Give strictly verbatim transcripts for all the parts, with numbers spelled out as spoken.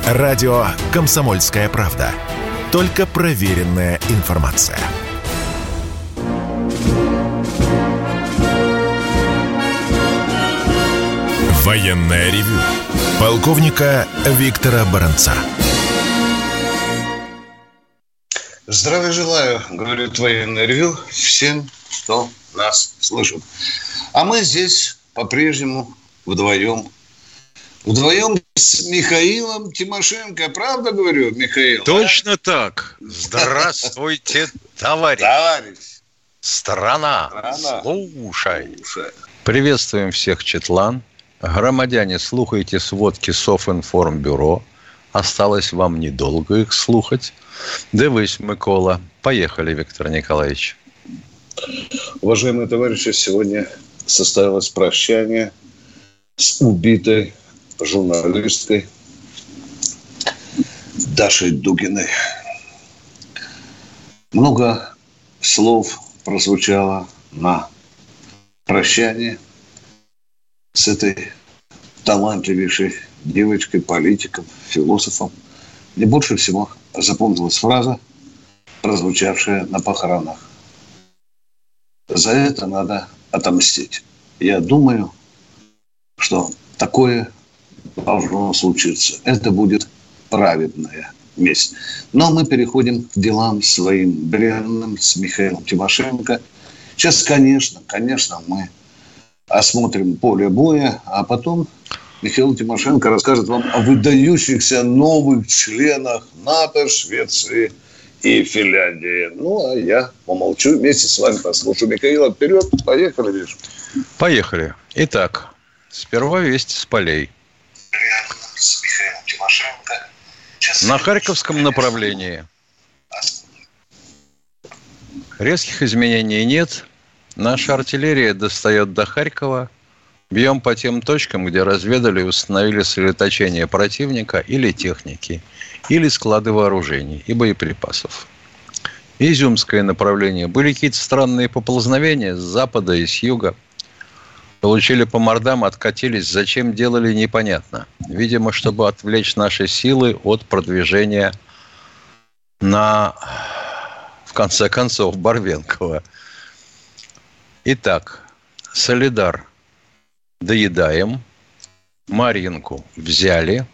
Радио «Комсомольская правда». Только проверенная информация. Военное ревю полковника Виктора Баранца. Здравия желаю, говорит военное ревю всем, кто нас слышит. А мы здесь по-прежнему вдвоем. Вдвоем с Михаилом Тимошенко. Правда говорю, Михаил? Точно а? так. Здравствуйте, товарищ. Товарищ. Страна. Страна. Слушай. Слушай. Приветствуем всех, Четлан. Громадяне, слухайте сводки Софинформбюро. Осталось вам недолго их слухать. Дивись, Микола. Поехали, Виктор Николаевич. Уважаемые товарищи, сегодня состоялось прощание с убитой журналисткой Дашей Дугиной. Много слов прозвучало на прощание с этой талантливейшей девочкой, политиком, философом. Мне больше всего запомнилась фраза, прозвучавшая на похоронах. За это надо отомстить. Я думаю, что такое должно случиться. Это будет праведная месть. Но мы переходим к делам своим бренным с Михаилом Тимошенко. Сейчас, конечно, конечно, мы осмотрим поле боя, а потом Михаил Тимошенко расскажет вам о выдающихся новых членах НАТО, Швеции и Финляндии. Ну, а я помолчу, вместе с вами послушаю. Михаила, вперед, поехали, Миш. Поехали. Итак, сперва вести с полей. С Михаилом Тимошенко. На Харьковском направлении резких изменений нет. Наша артиллерия достает до Харькова. Бьем по тем точкам, где разведали и установили сосредоточение противника или техники, или склады вооружений и боеприпасов. Изюмское направление. Были какие-то странные поползновения с запада и с юга. Получили по мордам, откатились. Зачем делали, непонятно. Видимо, чтобы отвлечь наши силы от продвижения на, в конце концов, Барвенково. Итак, Солидар доедаем. Марьинку взяли.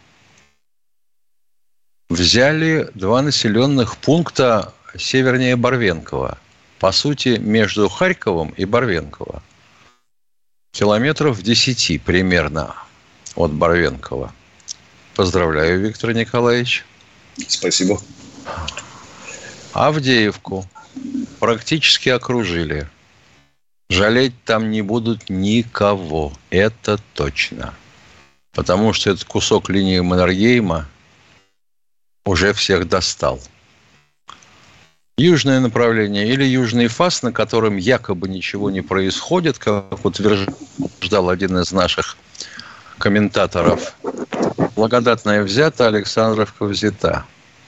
Взяли два населенных пункта севернее Барвенкова. По сути, между Харьковом и Барвенково. Километров десяти примерно от Барвенкова. Поздравляю, Виктор Николаевич. Спасибо. Авдеевку практически окружили. Жалеть там не будут никого. Это точно. Потому что этот кусок линии Маннергейма уже всех достал. Южное направление или южный фас, на котором якобы ничего не происходит, как утверждал один из наших комментаторов. Благодатная взята, Александровка взята.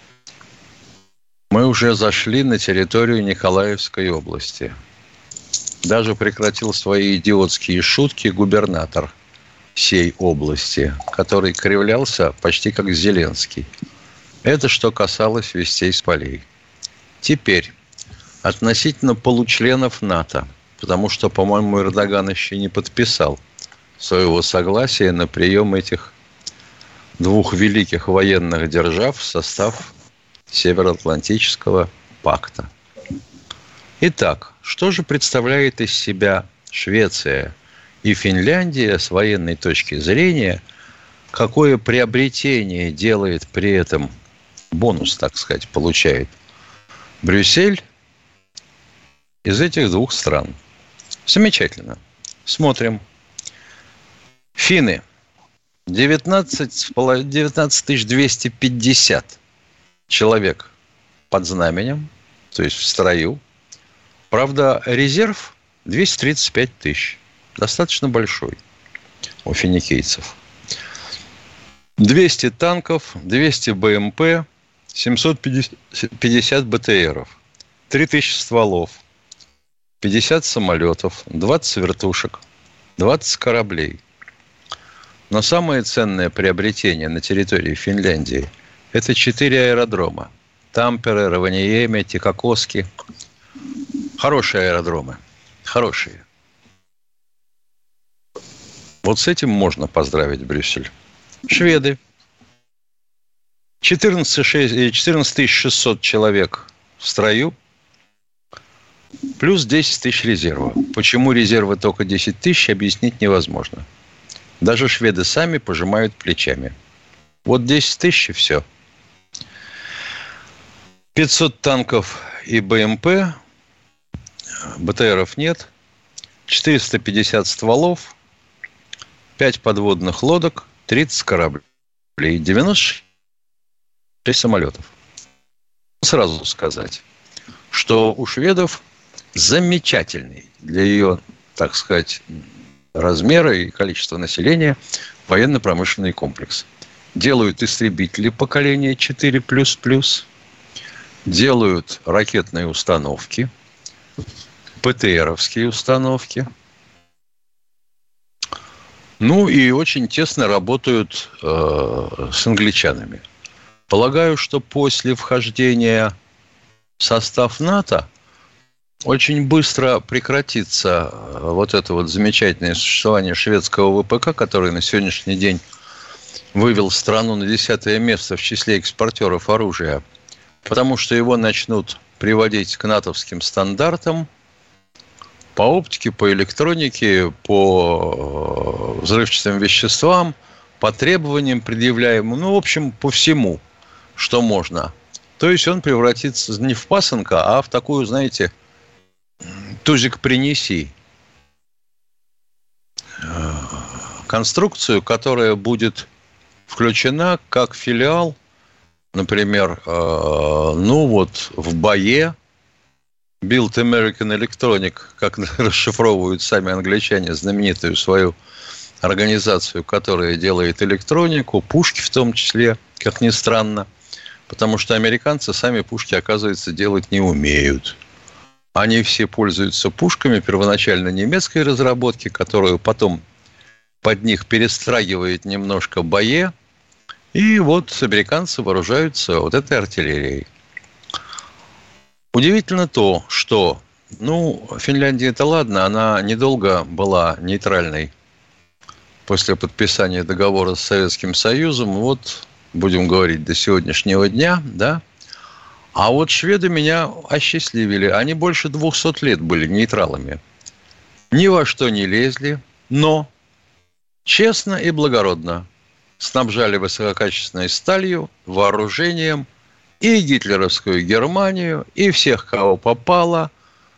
Мы уже зашли на территорию Николаевской области. Даже прекратил свои идиотские шутки губернатор сей области, который кривлялся почти как Зеленский. Это что касалось вестей с полей. Теперь относительно получленов НАТО, потому что, по-моему, Эрдоган еще не подписал своего согласия на прием этих двух великих военных держав в состав Североатлантического пакта. Итак, что же представляет из себя Швеция и Финляндия с военной точки зрения? Какое приобретение делает при этом, бонус, так сказать, получает Брюссель из этих двух стран? Замечательно. Смотрим. Финны. девятнадцать тысяч двести пятьдесят человек под знаменем, то есть в строю. Правда, резерв двести тридцать пять тысяч. Достаточно большой у финикийцев. двести танков, двести БМП, семьсот пятьдесят БТРов, три тысячи стволов, пятьдесят самолетов, двадцать вертушек, двадцать кораблей. Но самое ценное приобретение на территории Финляндии – это четыре аэродрома. Тампере, Раваньемя, Тикакоски. Хорошие аэродромы. Хорошие. Вот с этим можно поздравить Брюссель. Шведы. четырнадцать тысяч шестьсот человек в строю, плюс десять тысяч резерва. Почему резервы только десять тысяч, объяснить невозможно. Даже шведы сами пожимают плечами. Вот десять тысяч и все. пятьсот танков и БМП, БТРов нет, четыреста пятьдесят стволов, пять подводных лодок, тридцать кораблей, девяносто шесть самолетов. Сразу сказать, что у шведов замечательный для ее, так сказать, размера и количества населения военно-промышленный комплекс. Делают истребители поколения четыре плюс плюс, делают ракетные установки, ПТРовские установки. Ну и очень тесно работают э, с англичанами. Полагаю, что после вхождения в состав НАТО очень быстро прекратится вот это вот замечательное существование шведского ВПК, который на сегодняшний день вывел страну на десятое место в числе экспортеров оружия, потому что его начнут приводить к натовским стандартам по оптике, по электронике, по взрывчатым веществам, по требованиям предъявляемым, ну, в общем, по всему, что можно. То есть он превратится не в пасынка, а в такую, знаете, тузик принеси конструкцию, которая будет включена как филиал, например, ну вот в БАЕ, Build American Electronic, как расшифровывают сами англичане, знаменитую свою организацию, которая делает электронику, пушки в том числе, как ни странно, потому что американцы сами пушки, оказывается, делать не умеют. Они все пользуются пушками первоначально немецкой разработки, которую потом под них перестрагивает немножко БАЕ, и вот американцы вооружаются вот этой артиллерией. Удивительно то, что, ну, Финляндия-то ладно, она недолго была нейтральной после подписания договора с Советским Союзом, вот, будем говорить, до сегодняшнего дня, да. А вот шведы меня осчастливили. Они больше двухсот лет были нейтралами. Ни во что не лезли, но честно и благородно снабжали высококачественной сталью, вооружением и гитлеровскую Германию, и всех, кого попало.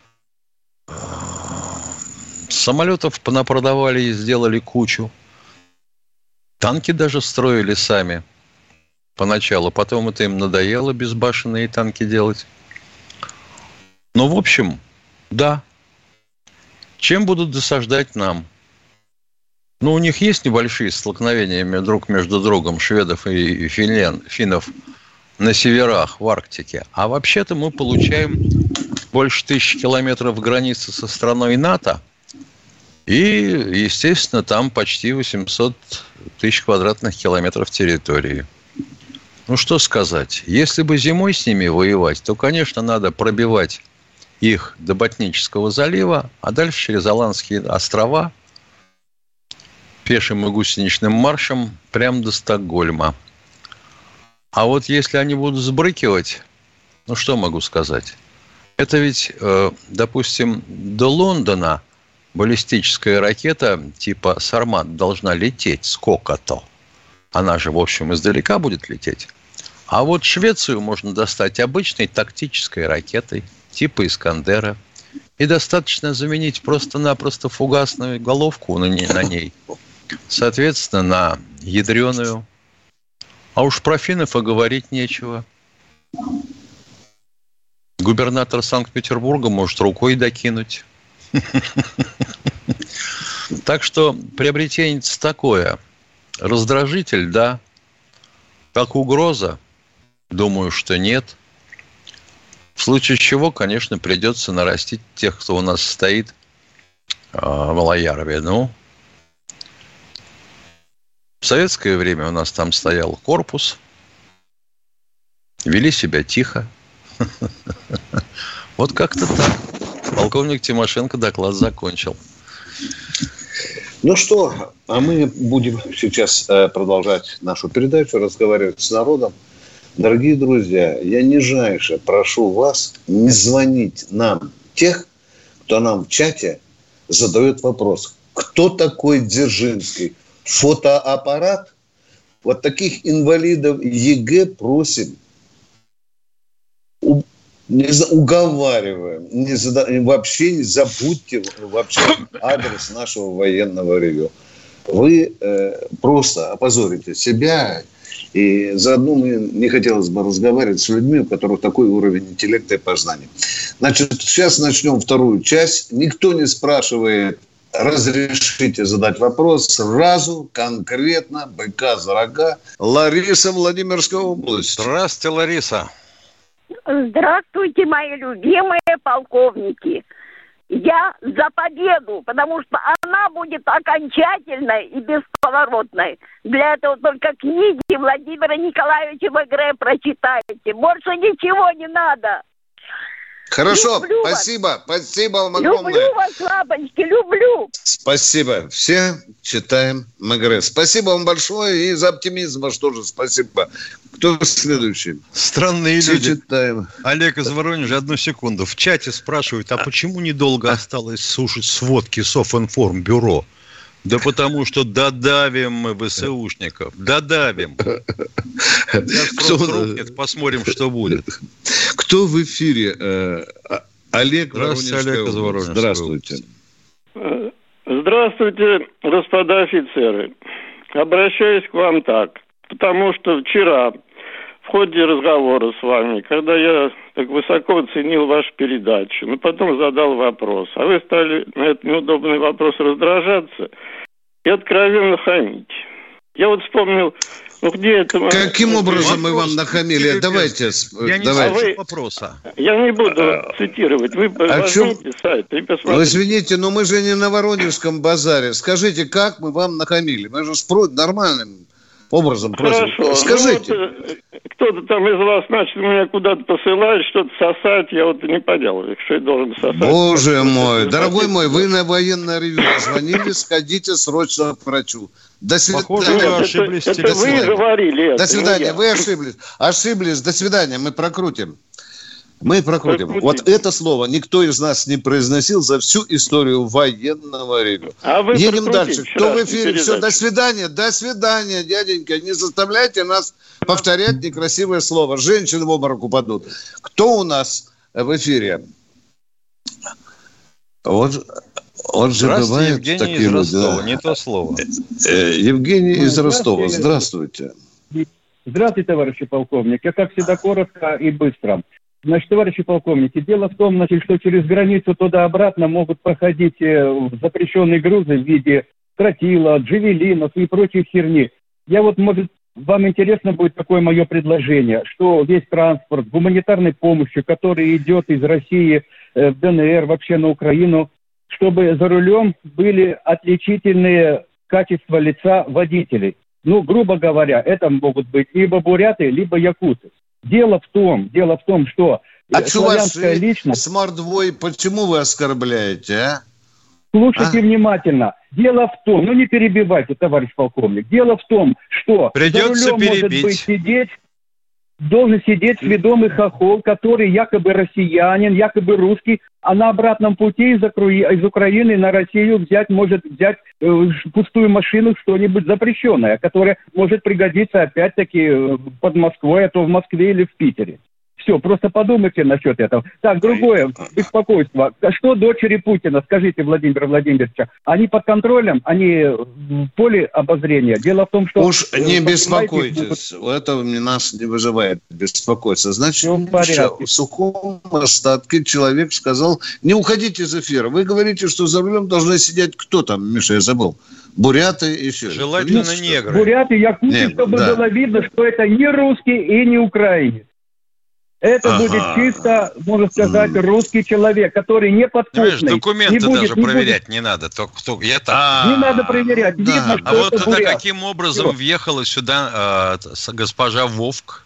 Самолетов понапродавали и сделали кучу. Танки даже строили сами поначалу. Потом это им надоело безбашенные танки делать. Но, в общем, да. Чем будут досаждать нам? Ну, у них есть небольшие столкновения друг между другом шведов и финлян, финнов на северах, в Арктике. А вообще-то мы получаем больше тысячи километров границы со страной НАТО. И, естественно, там почти восемьсот тысяч квадратных километров территории. Ну, что сказать. Если бы зимой с ними воевать, то, конечно, надо пробивать их до Ботнического залива, а дальше через Аландские острова пешим и гусеничным маршем прямо до Стокгольма. А вот если они будут сбрыкивать, ну, что могу сказать? Это ведь, э, допустим, до Лондона баллистическая ракета типа «Сармат» должна лететь сколько-то. Она же, в общем, издалека будет лететь. А вот Швецию можно достать обычной тактической ракетой типа «Искандера». И достаточно заменить просто-напросто фугасную головку на ней. Соответственно, на ядреную. А уж про финнов и говорить нечего. Губернатор Санкт-Петербурга может рукой докинуть. Так что приобретение такое. Раздражитель, да. Как угроза? Думаю, что нет. В случае чего, конечно, придется нарастить тех, кто у нас стоит в Малоярове. Ну, В советское время у нас там стоял корпус. Вели себя тихо. Вот как-то так. Полковник Тимошенко доклад закончил. Ну что, а мы будем сейчас продолжать нашу передачу, разговаривать с народом. Дорогие друзья, я нижайше прошу вас не звонить нам, тех, кто нам в чате задает вопрос. Кто такой Дзержинский? Фотоаппарат? Вот таких инвалидов ЕГЭ просим, у, не, уговариваем, не зада, вообще не забудьте вообще адрес нашего военного ревю. Вы э, просто опозорите себя. И заодно мне не хотелось бы разговаривать с людьми, у которых такой уровень интеллекта и познания. Значит, сейчас начнем вторую часть. Никто не спрашивает, разрешите задать вопрос. Сразу, конкретно, быка за рога. Лариса, Владимирская область. Здравствуйте, Лариса. Здравствуйте, мои любимые полковники. Я за победу, потому что она будет окончательной и бесповоротной. Для этого только книги Владимира Николаевича Мегре прочитайте. Больше ничего не надо. Хорошо, люблю спасибо. Вас. Спасибо вам огромное. Люблю вас, лапочки, люблю. Спасибо. Все читаем Мегре. Спасибо вам большое и за оптимизм ваш тоже спасибо. Кто следующий? Странные Все люди. читаем. Олег из Воронежа, одну секунду. В чате спрашивают, а почему недолго осталось слушать сводки Софинформбюро? Да потому что додавим мы ВСУшников. Додавим. Сейчас рухнет, посмотрим, что будет. Кто в эфире? Олег, Здравствуйте, Олег из Воронежа. Здравствуйте. Здравствуйте, господа офицеры. Обращаюсь к вам так. Потому что вчера в ходе разговора с вами, когда я так высоко оценил вашу передачу, но потом задал вопрос, а вы стали на этот неудобный вопрос раздражаться и откровенно хамить. Я вот вспомнил, ну где это... Каким мы... образом мы вам нахамили? Давайте. Я не давайте. слышу вопроса. Я не буду а, цитировать. Вы а возьмите сайт и посмотрите. Ну, извините, но мы же не на Воронежском базаре. Скажите, как мы вам нахамили? Мы же спро... нормальным образом просим. Хорошо. Скажите. Ну, вот, кто-то там из вас начал меня куда-то посылать, что-то сосать. Я вот не поделал, что я должен сосать. Боже мой, дорогой мой, вы на военное ревью звонили, сходите срочно к врачу. До свидания. Похоже, вы ошиблись. Это, это вы говорили. До это, свидания, вы ошиблись. Ошиблись, до свидания, мы прокрутим. Мы прокрутим. Прокрутим. Вот это слово никто из нас не произносил за всю историю военного ревю. А вы едем дальше. Кто в эфире? передачу. Все, до свидания. До свидания, дяденька. Не заставляйте нас повторять некрасивое слово. Женщины в обморок упадут. Кто у нас в эфире? Вот, вот же бывают Евгений такие из люди. Ростова. Да. Не то слово. Евгений из Ростова. Здравствуйте. Здравствуйте, товарищи полковник. Я, как всегда, коротко и быстро. Значит, товарищи полковники, дело в том, значит, что через границу туда-обратно могут проходить запрещенные грузы в виде тротила, джавелинов и прочей херни. Я вот, может, вам интересно будет такое мое предложение, что весь транспорт гуманитарной помощи, который идет из России в ДНР, вообще на Украину, чтобы за рулем были отличительные качества лица водителей. Ну, грубо говоря, это могут быть либо буряты, либо якуты. Дело в том, дело в том, что а славянская личность... с мордвой, почему вы оскорбляете, а? Слушайте а? внимательно. Дело в том, ну не перебивайте, товарищ полковник. Дело в том, что придется за рулем перебить. может быть сидеть, должен сидеть сведомый хохол, который якобы россиянин, якобы русский, а на обратном пути из, из Украины на Россию взять, может взять э, пустую машину, что-нибудь запрещенное, которое может пригодиться опять-таки э, под Москвой, а то в Москве или в Питере. Все, просто подумайте насчет этого. Так, другое, беспокойство. Что дочери Путина, скажите, Владимир Владимировича, они под контролем, они в поле обозрения? Дело в том, что... Уж не беспокойтесь, это нас не вызывает беспокойства. Значит, в сухом остатке человек сказал, не уходите из эфира. Вы говорите, что за рулем должны сидеть кто там, Миша, я забыл. Буряты и еще. Желательно ну, негры. Буряты, якуты, чтобы да. было видно, что это не русский и не украинец. Это Ага. будет чисто, можно сказать, русский человек, который не Знаешь, подкупный. документы не будет, даже не проверять будет. не надо. Только, только я так. А, Не надо проверять. да. Видно, А что вот это тогда бурят. каким образом Всё. въехала сюда э, с- госпожа Вовк?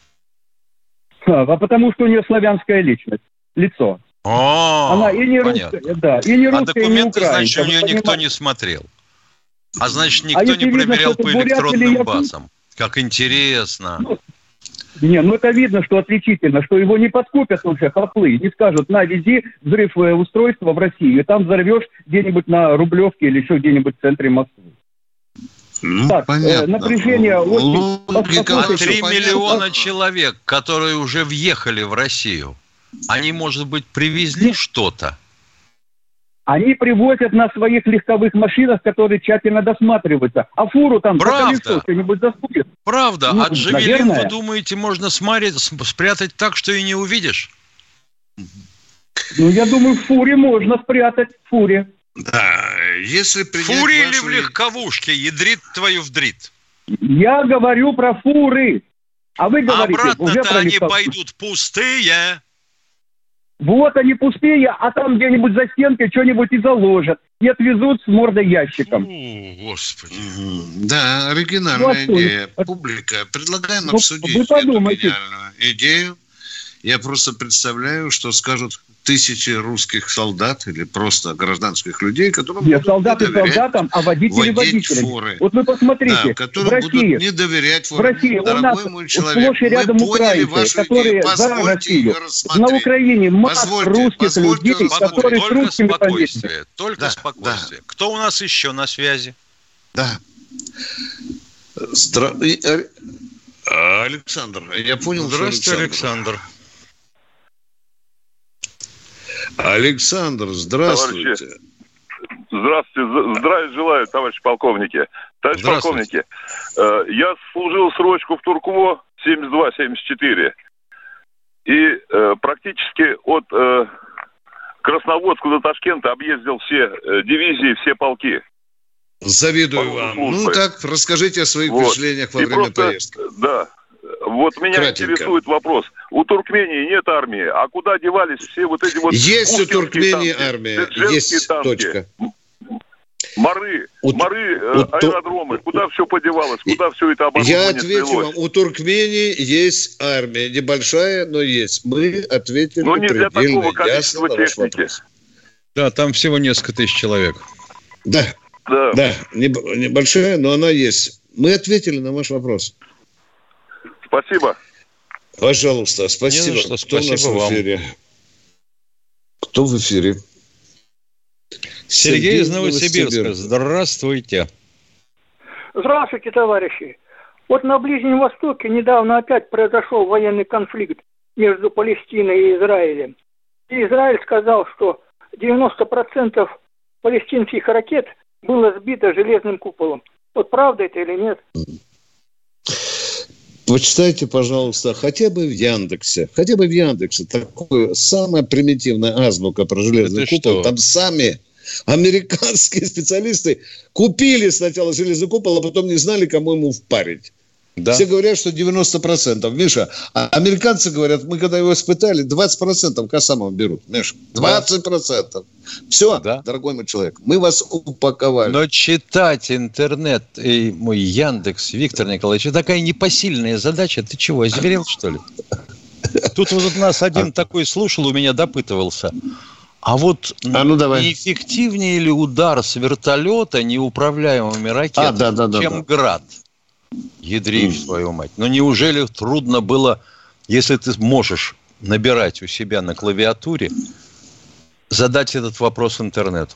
А потому что у нее славянская личность, лицо. О, Она и не понятно. русская, да, и не А русская, и не документы, украинка. значит, у Вы нее никто понимаете? не смотрел. А значит, А никто если не видно, проверял что это по бурят или электронным якут? базам. Как интересно. Ну, Не, ну это видно, что отличительно, что его не подкупят уже поплы, не скажут, на, вези взрыв э, устройства в Россию, и там взорвешь где-нибудь на Рублевке или еще где-нибудь в центре Москвы. Ну, Так, э, понятно. напряжение очень- Логика А Послушайте, три понятна. миллиона человек, которые уже въехали в Россию, они, может быть, привезли что-то? Они привозят на своих легковых машинах, которые тщательно досматриваются. А фуру там за Правда. колесо что-нибудь заступит. Правда, Ну, а Джавелин, наверное. вы думаете, можно смарить, с- спрятать так, что и не увидишь? Ну, я думаю, в фуре можно спрятать, в фуре. Да, если В принять фуре или вашу- в легковушке? Ядрит твою вдрит. Я говорю про фуры. А вы А говорите уже обратно-то про они легковушки. пойдут пустые. Вот они пустые, а там где-нибудь за стенкой что-нибудь и заложат. И отвезут с мордой ящиком. О, Господи. Мгм. Да, Ну, оригинальная а что? идея. А- Публика. Предлагаем Ну, обсудить вы эту подумайте. гениальную идею. Я просто представляю, что скажут тысячи русских солдат или просто гражданских людей, которым Нет, будут солдаты не доверять солдатам, а водители водить водителям. фуры. Вот вы посмотрите, Да, в которые будут России, не доверять в фуры. России у Дорогой нас мой человек, сплошь и рядом мы поняли украинцы, вашу которые идею. за Позвольте Россию. ее На рассмотреть. Украине масса Позвольте, русских позвольте людей, рассмотреть. которые с Только русскими фамилиями. спокойствие. Только Да, спокойствие. Кто у нас еще на связи? Да. Здра... и, э, Александр, я понял, что Здравствуйте, Александр. Александр, здравствуйте. Здравствуйте, з- здравия желаю, товарищи полковники. Товарищи Здравствуйте. полковники, э, я служил срочку в Туркво семьдесят два семьдесят четыре. И э, практически от э, Красноводска до Ташкента объездил все э, дивизии, все полки. Завидую По вам. службе. Ну так, расскажите о своих Вот. впечатлениях во И время просто, поездки. Да. Вот меня Кратенько. интересует вопрос. У Туркмении нет армии, а куда девались все вот эти вот... Есть у пушкинские Туркмении танки, армия, дзержинские есть, танки, точка. Моры, У- моры, э, у Ту- аэродромы, куда все подевалось, куда все это Я оборудование отвечу слилось? вам, у Туркмении есть армия, небольшая, но есть. Мы ответили Но не для предельно такого количества ясно на ваш техники. вопрос. Да, там всего несколько тысяч человек. Да, Да. да, неб- небольшая, но она есть. Мы ответили на ваш вопрос. Спасибо. Пожалуйста, спасибо. Не за что, Кто у нас спасибо в вам. эфире? Кто в эфире? Сергей из Новосибирска. Новосибирска. Здравствуйте. Здравствуйте, товарищи. Вот на Ближнем Востоке недавно опять произошел военный конфликт между Палестиной и Израилем. И Израиль сказал, что девяносто процентов палестинских ракет было сбито железным куполом. Вот правда это или нет? Почитайте, пожалуйста, хотя бы в Яндексе, хотя бы в Яндексе, такое самая примитивная азбука про железный Это купол. что? Там сами американские специалисты купили сначала железный купол, а потом не знали, кому ему впарить. Да. Все говорят, что девяносто процентов. Миша, а американцы говорят, мы когда его испытали, двадцать процентов Касамов берут. Миша, двадцать процентов. Все, Да. дорогой мой человек, мы вас упаковали. Но читать интернет и мой Яндекс, Виктор Николаевич, это такая непосильная задача. Ты чего, озверел, что ли? Тут вот у нас один такой слушал, у меня допытывался. А вот А ну давай. неэффективнее ли удар с вертолета неуправляемыми ракетами, А, да, да, да, чем да. град? Ядрить свою мать. Но неужели трудно было, если ты можешь набирать у себя на клавиатуре, задать этот вопрос интернету?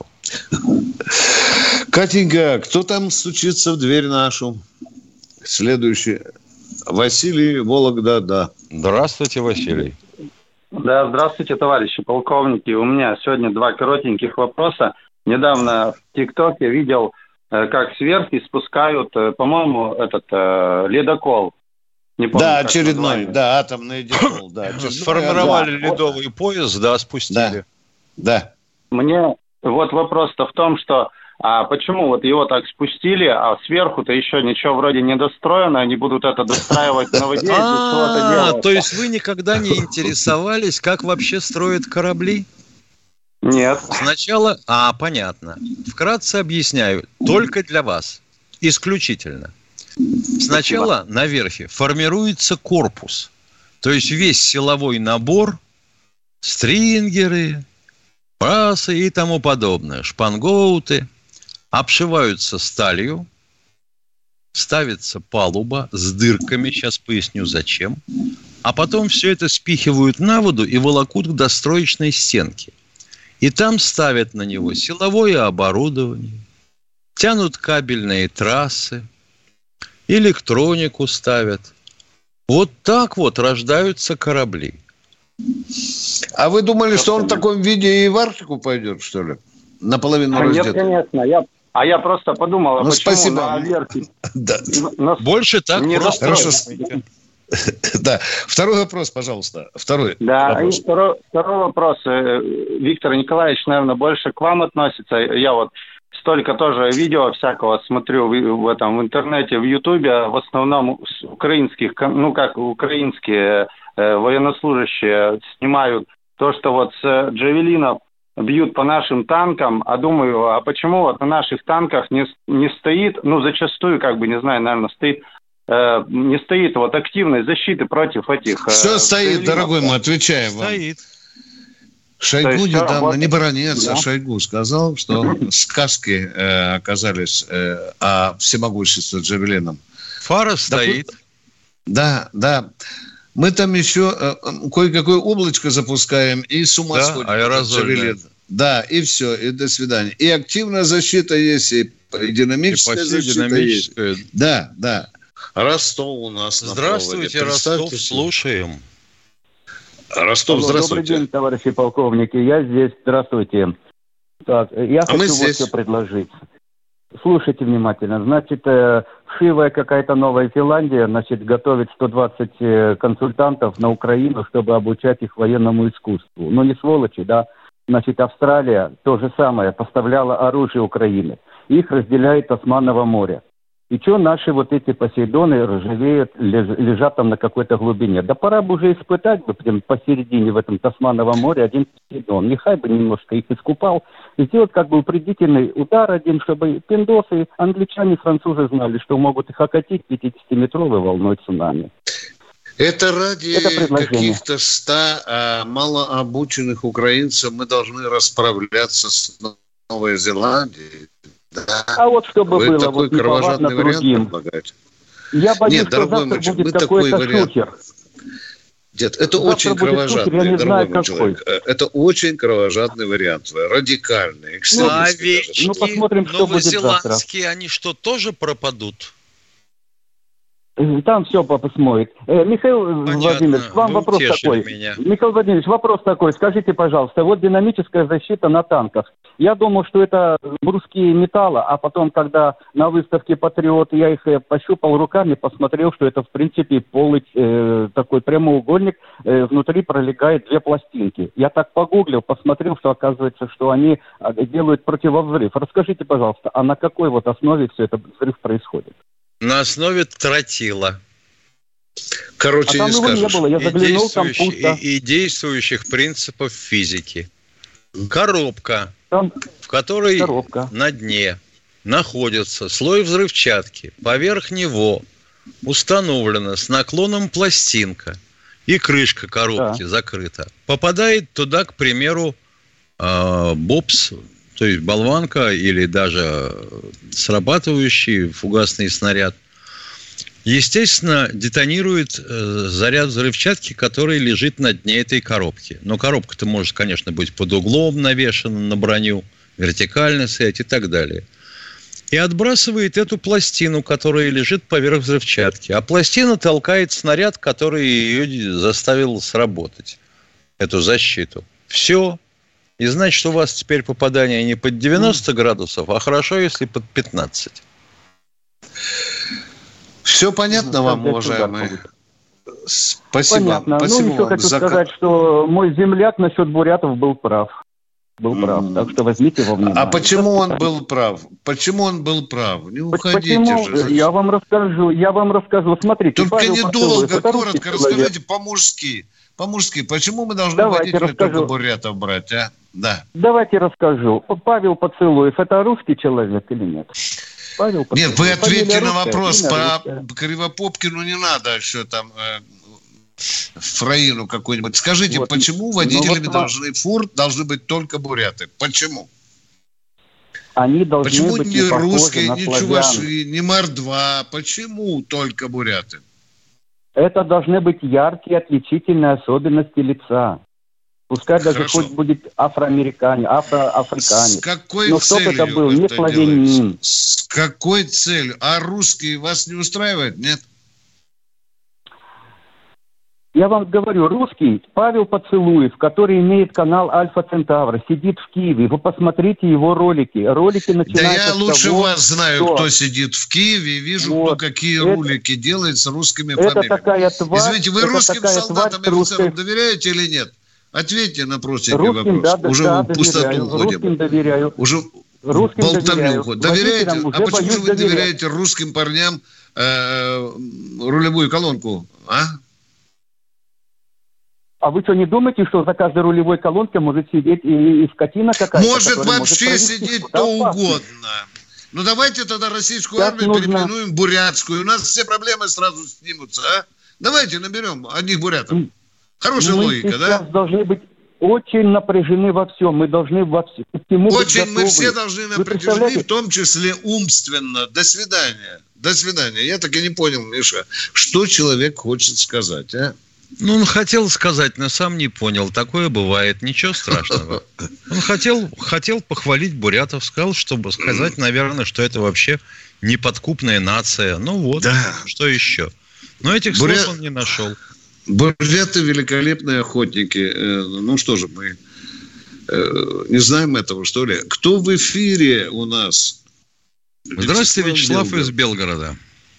Катенька, кто там стучится в дверь нашу? Следующий. Василий, Вологда, да. Здравствуйте, Василий. Да, здравствуйте, товарищи полковники. У меня сегодня два коротеньких вопроса. Недавно в ТикТоке видел, э, как сверху спускают, э, по-моему, этот э, ледокол. Не помню, Да, как очередной, название. да, атомный дипол, да. очередной. Сформировали да. ледовый пояс, да, спустили. Да. Да. Мне вот вопрос-то в том, что А почему вот его так спустили, а сверху-то еще ничего вроде не достроено, они будут это достраивать на воде? А, то есть вы никогда не интересовались, как вообще строят корабли? Нет. Сначала... А, понятно. Вкратце объясняю. Только для вас. Исключительно. Сначала на верфи формируется корпус. То есть весь силовой набор, стрингеры, брасы и тому подобное, шпангоуты, обшиваются сталью, ставится палуба с дырками, сейчас поясню зачем, а потом все это спихивают на воду и волокут к достроечной стенке. И там ставят на него силовое оборудование, тянут кабельные трассы, электронику ставят. Вот так вот рождаются корабли. А вы думали, что он в таком виде и в Арктику пойдет, что ли? Наполовину раздетый? Нет, конечно. Я, а я просто подумал, а ну, почему спасибо. на Верфи... Да. На... Больше так не просто. Хорошо. Да. Второй вопрос, пожалуйста. Второй да, вопрос. И второй, второй вопрос. Виктор Николаевич, наверное, больше к вам относится. Я вот столько тоже видео всякого смотрю в, в этом в интернете, в Ютубе, в основном с украинских, ну как украинские э, военнослужащие снимают то, что вот с джавелинов бьют по нашим танкам, а думаю, а почему вот на наших танках не, не стоит, ну зачастую, как бы, не знаю, наверное, стоит, э, не стоит вот активной защиты против этих... Э, Все стоит, джавелинов. дорогой, мы отвечаем вам. Стоит. Шойгу есть, недавно, вот, не баронец, да. а Шойгу сказал, что сказки э, оказались э, о всемогуществе джавелином. Фара стоит. Да, да. Мы там еще э, кое-какое облачко запускаем и с ума да, сходим. Аэрозольное. Да, и все, и до свидания. И активная защита есть, и динамическая и защита динамическая. есть. Да, да. Ростов у нас Здравствуйте, Ростов, слушаем. Ростов, Алло, здравствуйте. Добрый день, товарищи полковники. Я здесь. Здравствуйте. Так, я а хочу вот что предложить. Слушайте внимательно. Значит, вшивая какая-то Новая Зеландия, значит, готовит сто двадцать консультантов на Украину, чтобы обучать их военному искусству. Ну, не сволочи, да? Значит, Австралия то же самое, поставляла оружие Украине. Их разделяет Тасманово море. И что наши вот эти Посейдоны ржавеют, лежат там на какой-то глубине? Да пора бы уже испытать бы прям посередине в этом Тасмановом море один Посейдон. Нехай бы немножко их искупал и сделать как бы упредительный удар один, чтобы пиндосы, англичане, французы знали, что могут их окатить пятидесятиметровой волной цунами. Это ради Это каких-то ста а, малообученных украинцев мы должны расправляться с Новой Зеландией. Да. А вот чтобы Вы было такой вот неповадно другим. предлагаете? Я боюсь, Нет, что завтра мальчик, будет такой какой-то вариант. шухер. Нет, это завтра очень будет кровожадный, шухер, я не дорогой знаю, мой человек. Это очень кровожадный вариант, радикальный, экстремистский. А овечки ну, посмотрим, что будет завтра. новозеландские, они что, тоже пропадут? Там все папа смоет. Э, Михаил Понятно. Владимирович, к вам Вы вопрос утешили такой. меня. Михаил Владимирович, вопрос такой. Скажите, пожалуйста, вот динамическая защита на танках. Я думал, что это бруски металла, а потом, когда на выставке «Патриот» я их пощупал руками, посмотрел, что это, в принципе, полый э, такой прямоугольник, э, внутри пролегает две пластинки. Я так погуглил, посмотрел, что оказывается, что они делают противовзрыв. Расскажите, пожалуйста, а на какой вот основе все это взрыв происходит? На основе тротила. Короче, а не там его скажешь. не было, я заглянул, там пусто. И, и действующих принципов физики. Коробка, там в которой коробка. на дне находится слой взрывчатки. Поверх него установлена с наклоном пластинка. И крышка коробки да. закрыта. Попадает туда, к примеру, бобс, то есть болванка или даже срабатывающий фугасный снаряд. Естественно, детонирует заряд взрывчатки, который лежит на дне этой коробки. Но коробка-то может, конечно, быть под углом навешана на броню, вертикально стоять и так далее. И отбрасывает эту пластину, которая лежит поверх взрывчатки. А пластина толкает снаряд, который ее заставил сработать, эту защиту. Все. И значит, у вас теперь попадание не под девяносто градусов, а хорошо, если под пятнадцать. Все понятно вам, уважаемые? Спасибо. Понятно. Спасибо ну, еще вам хочу за... сказать, что мой земляк насчет бурятов был прав. был прав. Mm. Так что возьмите во внимание. А почему он был прав? Почему он был прав? Не уходите почему? же. Я вам расскажу, я вам расскажу. Смотрите, только Павел недолго, Поцелуев, коротко расскажите по-мужски. По-мужски. Почему мы должны Давайте водителей расскажу. только бурятов брать, а? Да. Давайте расскажу. Павел Поцелуев, это русский человек или нет? Павел Поцелуев. Нет, вы ответьте на русская, вопрос. По русская. Кривопопкину не надо еще там... Э, Фраину какой-нибудь. Скажите, вот, почему водителями вот, должны фур должны быть только буряты? Почему? Они должны Почему быть не не русские, на не славян. чуваши, не мордва? Почему только буряты? Это должны быть яркие отличительные особенности лица. Пускай даже Хорошо. хоть будет афроамериканец, афроафриканец. С какой Но целью чтобы это был не это славянин. делается? С какой целью? А русские вас не устраивают? Нет? Я вам говорю, русский Павел Поцелуев, который имеет канал Альфа Центавра, сидит в Киеве. Вы посмотрите его ролики. Ролики начинаются Да я с лучше того, вас знаю, что... кто сидит в Киеве, и вижу, вот. кто какие это... ролики делает с русскими это фамилиями. Такая тварь, Извините, вы это русским солдатам и русской... офицерам доверяете или нет? Ответьте на простенький русским, вопрос. да, Уже да, в пустоту доверяю. уходим. Русским доверяю. Уже русским болтовню доверяю. уходим. Доверяете? А почему же вы доверять. доверяете русским парням э, рулевую колонку? А? А вы что, не думаете, что за каждой рулевой колонкой может сидеть и, и скотина какая-то? Может вообще может сидеть кто угодно. Ну давайте тогда российскую Сейчас армию нужно... переименуем бурятскую. У нас все проблемы сразу снимутся, а? Давайте наберем одних бурятов. Хорошая мы логика, сейчас да? должны быть очень напряжены во всем. Мы должны во всем. Очень мы все должны напряжены, в том числе умственно. До свидания. До свидания. Я так и не понял, Миша, что человек хочет сказать, а? Ну, он хотел сказать, но сам не понял. Такое бывает, ничего страшного. Он хотел, хотел похвалить бурятов, сказал, чтобы сказать, наверное, что это вообще неподкупная нация. Ну вот, да. Что еще? Но этих Буря... слов он не нашел. Буряты великолепные охотники. Ну что же, мы не знаем этого, что ли? Кто в эфире у нас? Здравствуйте, Вячеслав, Вячеслав из Белгорода.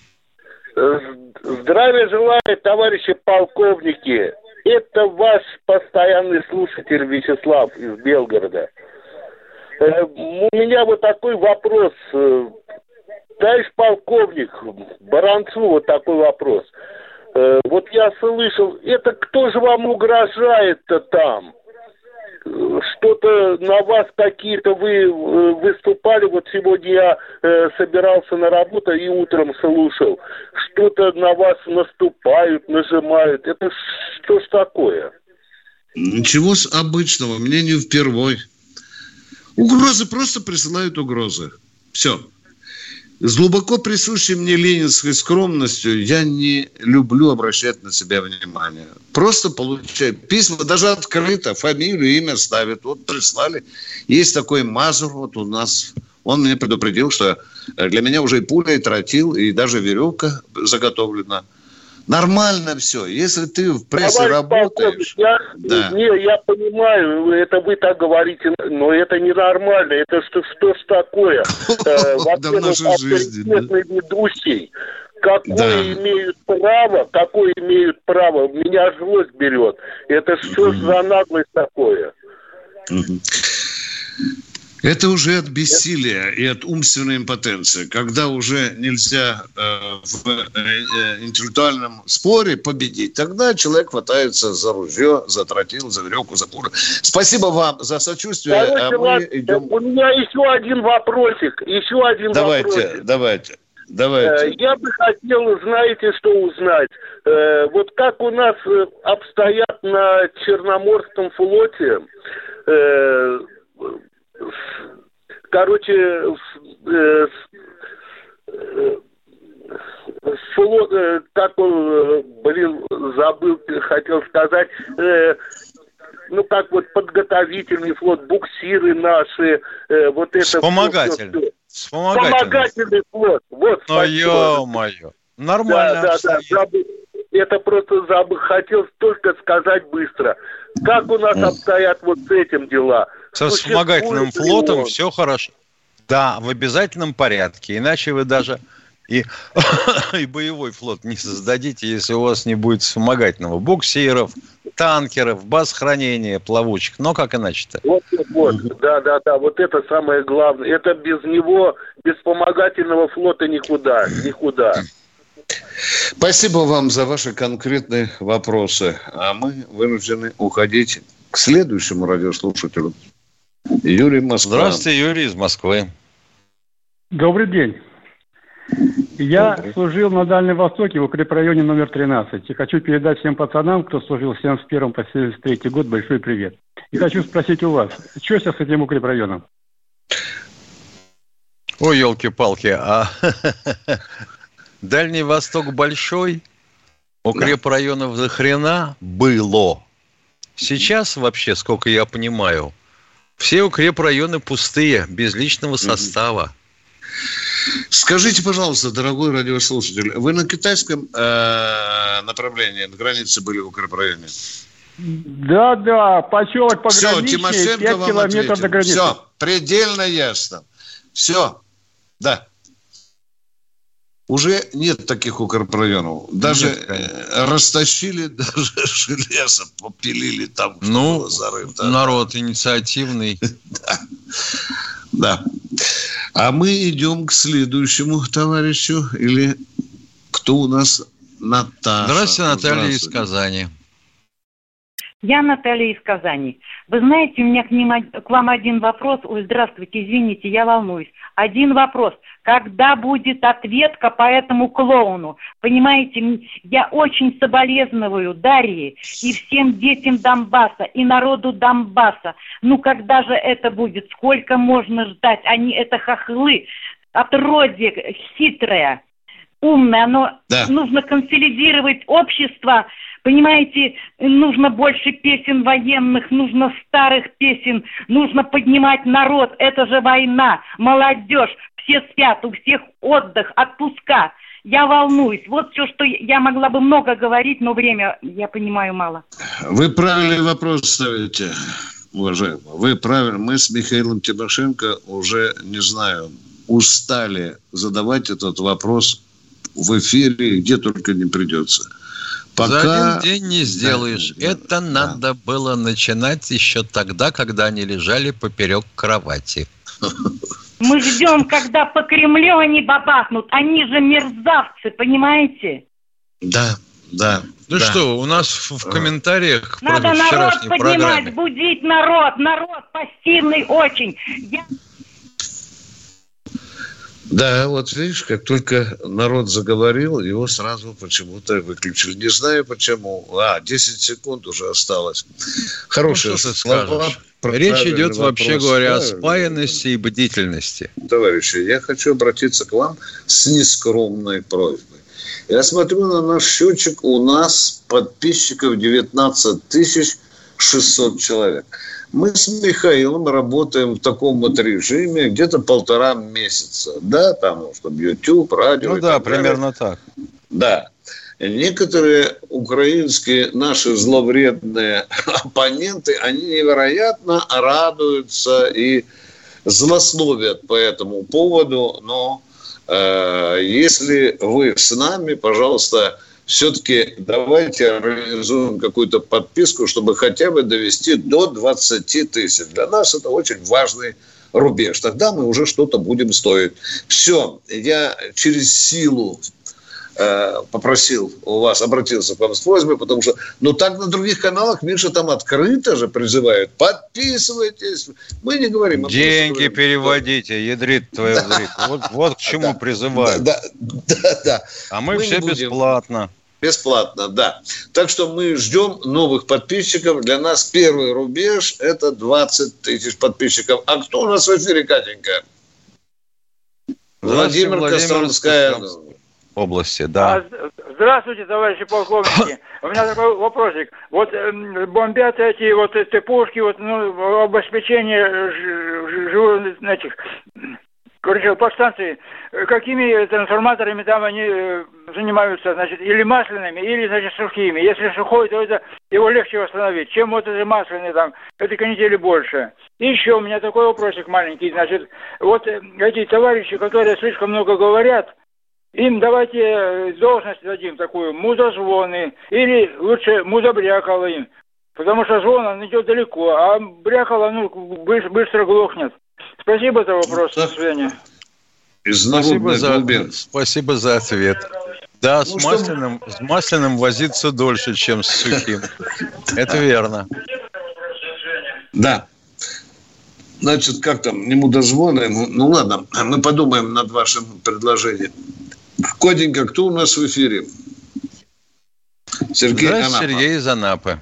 Здравия желаю, товарищи полковники. Это ваш постоянный слушатель Вячеслав из Белгорода. У меня вот такой вопрос. Товарищ полковник, Баранцу вот такой вопрос. Вот я слышал, это кто же вам угрожает-то там? Что-то на вас какие-то вы выступали, вот сегодня я э, собирался на работу и утром слушал, что-то на вас наступают, нажимают, это что ж такое? Ничего обычного, мне не впервой. Угрозы, просто присылают угрозы. Все. С глубоко присущей мне ленинской скромностью я не люблю обращать на себя внимание. Просто получаю письма, даже открыто, фамилию, имя ставят. Вот прислали. Есть такой Мазур вот у нас. Он мне предупредил, что для меня уже и пуля, и тротил, и даже веревка заготовлена. Нормально все. Если ты в прессе Товарищ работаешь... Я, да. Не, я понимаю, это вы так говорите, но это ненормально. Это что, что ж такое? Во-первых, авторитетный ведущий. Какое имеют право, какое имеют право? Меня злость берет. Это что ж за наглость такое? Это уже от бессилия и от умственной импотенции, когда уже нельзя э, в э, интеллектуальном споре победить. Тогда человек хватается за ружье, за тротил, за веревку, за пулю. Спасибо вам за сочувствие. А мы идем... У меня еще один вопросик. Еще один давайте, вопросик. Давайте, давайте. Я бы хотел, знаете, что узнать. Вот как у нас обстоят на Черноморском флоте... Короче, э, э, флот, э, как он, блин, забыл, хотел сказать, э, ну как вот подготовительный флот, буксиры наши, э, вот это... Вспомогательный. Вспомогательный. Вспомогательный флот, вот. Ну, ё-моё, нормально. Да, да, да, забыл. Это просто забыл, хотел только сказать быстро. Как у нас обстоят вот с этим дела? Со вспомогательным флотом все хорошо. Да, в обязательном порядке. Иначе вы даже и, и боевой флот не создадите, если у вас не будет вспомогательного. Буксиров, танкеров, баз хранения плавучих. Но как иначе-то? Вот, вот, да, да, да, вот это самое главное. Это без него, без вспомогательного флота никуда, никуда. Спасибо вам за ваши конкретные вопросы. А мы вынуждены уходить к следующему радиослушателю. Юрий, Москва. Здравствуйте, Юрий из Москвы. Добрый день. Я Добрый. служил на Дальнем Востоке в укрепрайоне номер тринадцать. И хочу передать всем пацанам, кто служил с семьдесят первого по семьдесят третий год, большой привет. И хочу спросить у вас, что сейчас с этим укрепрайоном? Ой, елки-палки, а Дальний Восток большой, укрепрайонов до хрена было. Сейчас вообще, сколько я понимаю, все укрепрайоны пустые, без личного состава. Скажите, пожалуйста, дорогой радиослушатель, вы на китайском э, направлении, на границе были в укрепрайоне? Да, да, поселок пограничный, Все, Тимошенко пять вам километров ответил. до границы. Все, предельно ясно. Все, да. Уже нет таких укрепрайонов. Даже нет, э, растащили, даже железо попилили там. Ну, зарыв, да. Народ инициативный. Да, да. А мы идем к следующему товарищу. Или кто у нас? Наташа. Здравствуйте, Наталья из Казани. Я Наталья из Казани. Вы знаете, у меня к, ним, к вам один вопрос. Ой, здравствуйте, извините, я волнуюсь. Один вопрос. Когда будет ответка по этому клоуну? Понимаете, я очень соболезную Дарье и всем детям Донбасса, и народу Донбасса. Ну, когда же это будет? Сколько можно ждать? Они, это хохлы, отродье хитрое, умное. Оно, да. Нужно консолидировать общество. Понимаете, нужно больше песен военных, нужно старых песен, нужно поднимать народ. Это же война, молодежь, все спят, у всех отдых, отпуска. Я волнуюсь. Вот все, что я могла бы много говорить, но время, я понимаю, мало. Вы правильный вопрос ставите, уважаемый. Вы правильно. Мы с Михаилом Тимошенко уже, не знаю, устали задавать этот вопрос в эфире, где только не придется. Пока... За один день не сделаешь. Да, Это да. надо было начинать еще тогда, когда они лежали поперек кровати. Мы ждем, когда по Кремлю они бабахнут. Они же мерзавцы, понимаете? Да, да. Ну да. что, у нас в, в комментариях надо к народ вчерашней поднимать, программе. будить народ. Народ пассивный очень. Я... Да, вот видишь, как только народ заговорил, его сразу почему-то выключили. Не знаю почему. А, десять секунд уже осталось. Хорошие ну, что ты слова. скажешь? Речь идет, вопрос. Вообще говоря, о Правильно. спаянности и бдительности. Товарищи, я хочу обратиться к вам с нескромной просьбой. Я смотрю на наш счетчик, у нас подписчиков девятнадцать тысяч шестьсот человек. Мы с Михаилом работаем в таком вот режиме где-то полтора месяца. Да, там, чтобы YouTube, радио. Ну да, примерно так. Да. Некоторые украинские наши зловредные оппоненты, они невероятно радуются и злословят по этому поводу. Но э, если вы с нами, пожалуйста, все-таки давайте организуем какую-то подписку, чтобы хотя бы довести до двадцать тысяч. Для нас это очень важный рубеж. Тогда мы уже что-то будем стоить. Все, я через силу э, попросил у вас, обратился к вам с просьбой, потому что, ну так на других каналах, Миша, там открыто же призывают. Подписывайтесь. Мы не говорим. Деньги говорим, переводите, ядрит твою да. дрит. Вот, вот к чему да. призывают. Да, да, да, да. А мы, мы все будем... бесплатно. Бесплатно, да. Так что мы ждем новых подписчиков. Для нас первый рубеж – это двадцать тысяч подписчиков. А кто у нас в эфире, Катенька? Владимир, Костромская области, да. Здравствуйте, товарищи полковники. У меня такой вопросик. Вот э, бомбят эти вот эти пушки, вот, ну, обеспечение живых этих... Короче, подстанции, какими трансформаторами там они э, занимаются, значит, или масляными, или, значит, сухими. Если сухой, то это его легче восстановить. Чем вот эти масляные там, этой канители больше. И еще у меня такой вопросик маленький, значит, вот э, эти товарищи, которые слишком много говорят, им давайте должность дадим такую, мудозвоны, или лучше мудобрякалы им. Потому что звон, он идет далеко, а брякало, ну, быстро, быстро глохнет. Спасибо за вопрос, до свидания. Спасибо за, спасибо за ответ. Да, ну, с, масляным, что... с масляным возиться дольше, чем с сухим. Это верно. Да. Значит, как там, не мудозвоны? Ну, ладно, мы подумаем над вашим предложением. Коденька, кто у нас в эфире? Сергей Анапа. Сергей из Анапы.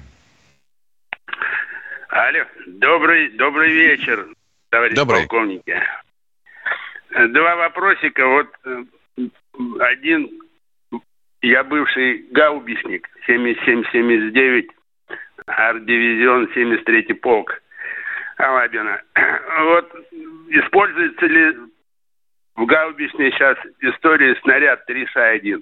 Алло, добрый, добрый вечер, товарищ добрый. Полковники. Два вопросика. Вот один, я бывший гаубичник, семьдесят семь семьдесят девять, арт-дивизион, семьдесят третий полк Алабина. Вот используется ли в гаубичной сейчас истории снаряд три ша один?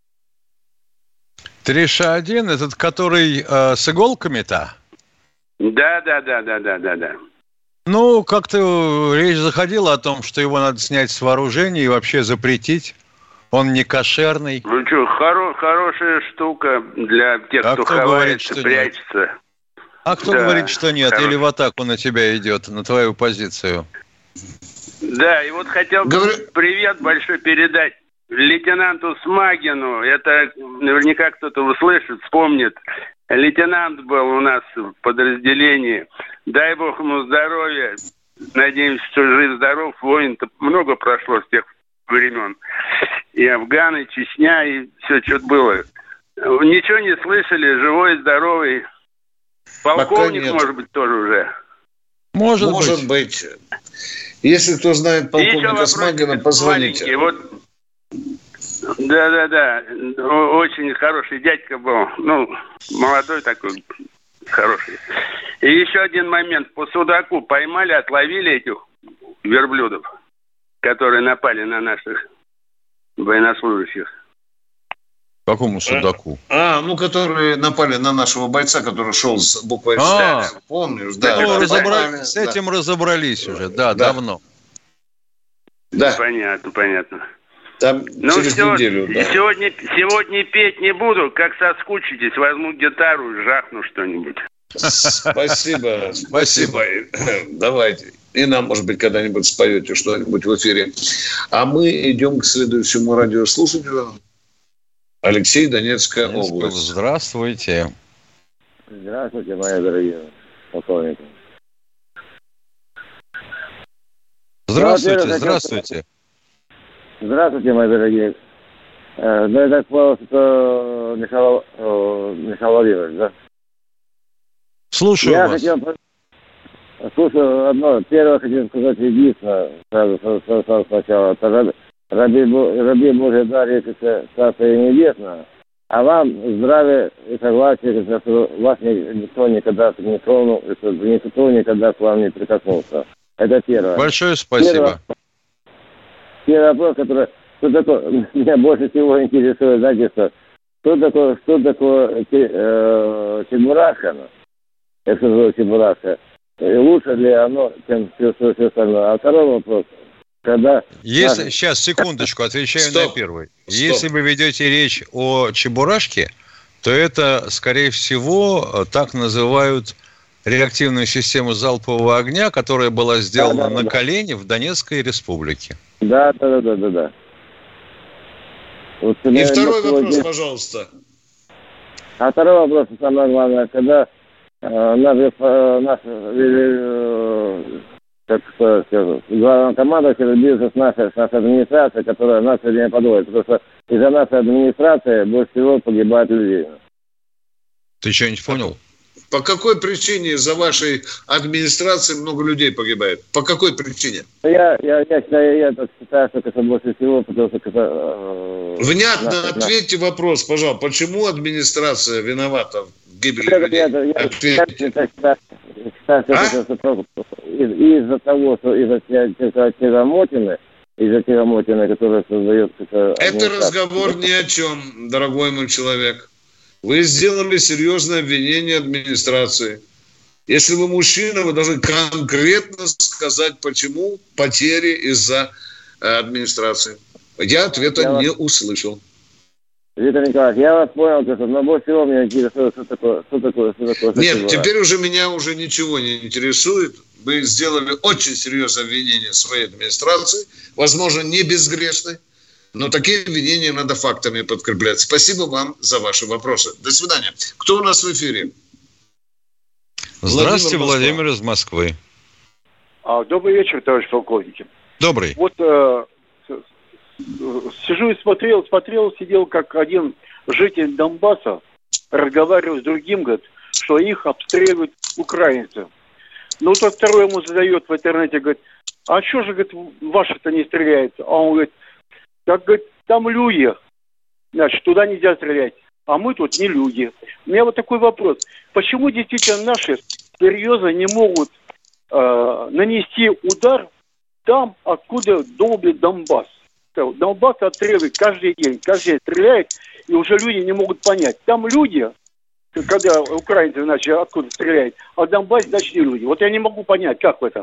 три ша один, этот, который э, с иголками-то? Да, да, да, да, да, да, да. Ну, как-то речь заходила о том, что его надо снять с вооружения и вообще запретить. Он не кошерный. Ну что, хоро- хорошая штука для тех, а кто, кто ховается, говорит, прячется. Нет? А кто да, говорит, что нет? Хорош... Или в атаку на тебя идет, на твою позицию? Да, и вот хотел бы Говорю... привет большой передать лейтенанту Смагину. Это наверняка кто-то услышит, вспомнит. Лейтенант был у нас в подразделении. Дай бог ему здоровья. Надеемся, что жив-здоров. Воин-то много прошло с тех времен. И Афган, и Чечня, и все, что было. Ничего не слышали, живой, здоровый. Полковник, может быть, тоже уже. Может, может быть. быть. Если кто знает полковника Смагина, позвоните. Вот. Да-да-да. Очень хороший дядька был. Ну, молодой такой, хороший. И еще один момент. По Судаку поймали, отловили этих верблюдов, которые напали на наших военнослужащих. Какому Судаку? А, а, ну, которые напали на нашего бойца, который шел с буквой а, С. Помнишь? Да. Ну, разобрали, с этим да. разобрались уже, да, да, давно. Да. Понятно, понятно. Там ну, через все, неделю, да. Сегодня, сегодня петь не буду, как соскучитесь, возьму гитару и жахну что-нибудь. Спасибо, спасибо. Давайте. И нам, может быть, когда-нибудь споете что-нибудь в эфире. А мы идем к следующему радиослушателю. Алексей, Донецкая Донецкая область. Здравствуйте. Здравствуйте, мои дорогие полковники. Здравствуйте, ну, здравствуйте. Здравствуйте, мои дорогие. Э, да, я так понял, что Михаил, э, Михаил Владимирович, да? Слушаю я вас. Хотел... Слушаю одно. Первое хотел сказать единственное, сразу, сразу, сразу сначала. Это раби, раби, раби Божий дар, если это Царствие Небесное. А вам здравия и согласия, что вас никто никогда не тронул, что никто никогда к вам не прикоснулся. Это первое. Большое спасибо. Первое, первый вопрос, который, что такое, меня больше всего интересует, знаете, что, что такое, что такое э, Чебурашка, я скажу Чебурашка, и лучше ли оно, чем все, все, все остальное. А второй вопрос, когда... Если, наш... Сейчас, секундочку, отвечаю Стоп. на первый. Стоп. Если вы ведете речь о Чебурашке, то это, скорее всего, так называют реактивную систему залпового огня, которая была сделана да, да, на да. Колене в Донецкой республике. Да, да, да, да, да. Вот, и второй вопрос, день... пожалуйста. А второй вопрос, самое главное, когда э, наш, э, наш э, как сказать, главная команда билась с нашей, с нашей администрацией, которая нас сегодня подводит, потому что из-за нашей администрации больше всего погибает людей. Ты что-нибудь понял? По какой причине из-за вашей администрации много людей погибает? По какой причине? Я, я, я, считаю, я так считаю, что это больше всего, потому что это... Э, Внятно наша, ответьте наша... вопрос, пожалуйста. Почему администрация виновата в гибели я, людей? Я, я, Ответьте. Я, я, я, я, я, а? из, из-за того, что из-за тягомотины, из-за тягомотины, которая создает... Это разговор ни о чем, дорогой мой человек. Вы сделали серьезное обвинение администрации. Если вы мужчина, вы должны конкретно сказать, почему потери из-за администрации. Я ответа я не вас... услышал. Виктор Николаевич, я вас понял, но больше всего меня интересует, что такое, что такое, что такое. Нет, теперь уже меня уже ничего не интересует. Вы сделали очень серьезное обвинение своей администрации, возможно, не безгрешной, но такие обвинения надо фактами подкреплять. Спасибо вам за ваши вопросы. До свидания. Кто у нас в эфире? Здравствуйте, Владимир, Владимир из Москвы. А, добрый вечер, товарищ полковник. Добрый. Вот э, сижу и смотрел, смотрел, сидел, как один житель Донбасса разговаривал с другим, говорит, что их обстреливают украинцы. Ну, тот второй ему задает в интернете, говорит, а что же, говорит, ваши-то не стреляют? А он говорит, так, говорит, там люди, значит, туда нельзя стрелять, а мы тут не люди. У меня вот такой вопрос. Почему действительно наши серьезно не могут э, нанести удар там, откуда долбит Донбасс? Донбасс отстреливает каждый день, каждый день стреляет, и уже люди не могут понять. Там люди, когда украинцы, значит, откуда стреляют, а Донбасс, значит, не люди. Вот я не могу понять, как в этом.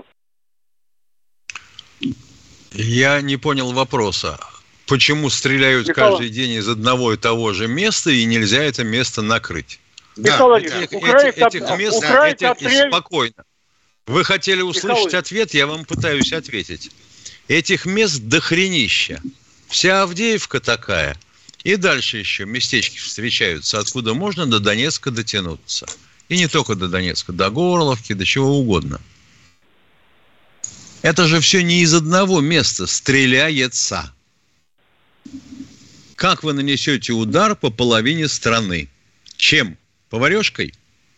Я не понял вопроса. Почему стреляют Михаил... каждый день из одного и того же места, и нельзя это место накрыть? Да. Этих, этих, этих мест этих, отстрель... спокойно. Вы хотели услышать Михаил... ответ, я вам пытаюсь ответить. Этих мест дохренища. Вся Авдеевка такая. И дальше еще местечки встречаются, откуда можно до Донецка дотянуться. И не только до Донецка, до Горловки, до чего угодно. Это же все не из одного места стреляется. Как вы нанесете удар по половине страны? Чем? Поварешкой?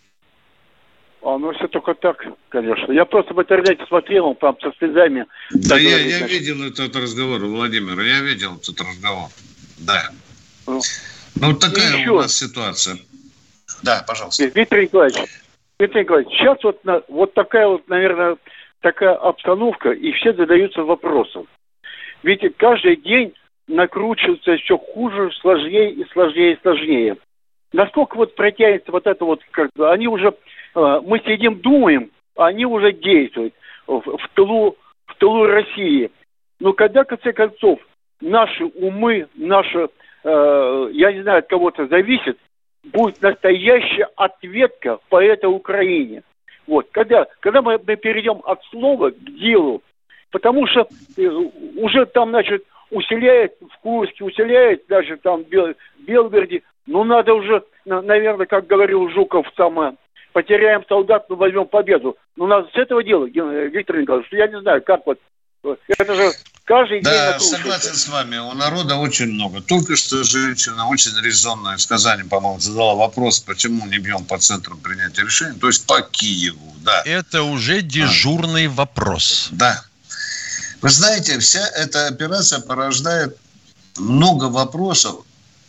А, ну, все только так, конечно. Я просто в интернете смотрел, там со слезами. Да, я, говорит, я значит... видел этот разговор, Владимир, я видел этот разговор. Да. Ну, ну такая еще... у нас ситуация. Да, пожалуйста. Виктор Николаевич, Виктор Николаевич, сейчас вот, на, вот такая вот, наверное, такая обстановка, и все задаются вопросом. Ведь каждый день накручивается все хуже, сложнее и сложнее и сложнее. Насколько вот протянется вот это вот, как бы, они уже, э, мы сидим, думаем, а они уже действуют в, в тылу, в тылу России. Но когда, в конце концов, наши умы, наша, э, я не знаю, от кого-то зависит, будет настоящая ответка по этой Украине. Вот, когда, когда мы, мы перейдем от слова к делу, потому что э, уже там, значит, усиляет в Курске, усиляет даже там в Белгороде. Ну, надо уже, наверное, как говорил Жуков, самое, потеряем солдат, но возьмем победу. Ну, надо с этого делать, Виктор Николаевич. Я не знаю, как вот. Это же каждый да, день... Да, согласен с вами. У народа очень много. Только что женщина очень резонное в Казани, по-моему, задала вопрос, почему не бьем по центру принятия решений, то есть по Киеву. Да. Это уже дежурный а. вопрос. Да. Вы знаете, вся эта операция порождает много вопросов,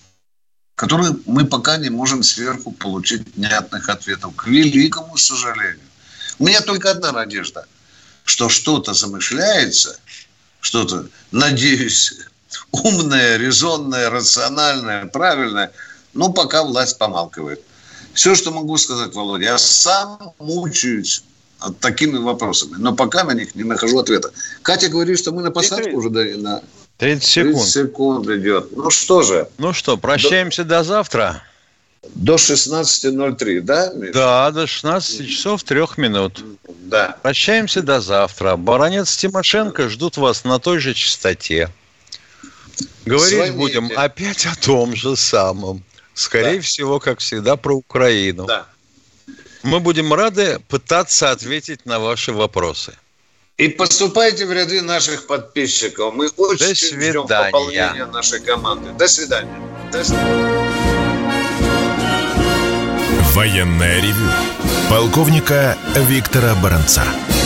которые мы пока не можем сверху получить внятных ответов. К великому сожалению. У меня только одна надежда, что что-то замышляется, что-то, надеюсь, умное, резонное, рациональное, правильное, но пока власть помалкивает. Все, что могу сказать, Володя, я сам мучаюсь такими вопросами, но пока на них не нахожу ответа. Катя говорит, что мы на посадку уже дали на тридцать секунд. тридцать секунд идет. Ну что же. Ну что, прощаемся до, до завтра. До шестнадцати ноль три, да, Миша? Да, до шестнадцати часов трех минут. Да. Прощаемся до завтра. Баронец Тимошенко ждут вас на той же частоте. Говорить Звоните. Будем опять о том же самом. Скорее да. всего, как всегда, про Украину. Да. Мы будем рады пытаться ответить на ваши вопросы. И поступайте в ряды наших подписчиков. Мы очень ждем пополнения нашей команды. До свидания. До свидания. Военное ревю полковника Виктора Баранца.